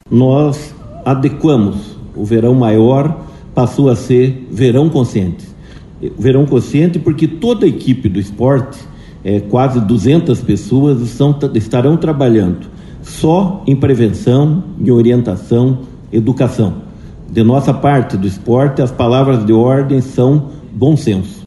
nós adequamos o verão maior, passou a ser verão consciente. Verão consciente porque toda a equipe do esporte, quase 200 pessoas, estarão trabalhando só em prevenção, em orientação, educação. De nossa parte do esporte, as palavras de ordem são bom senso.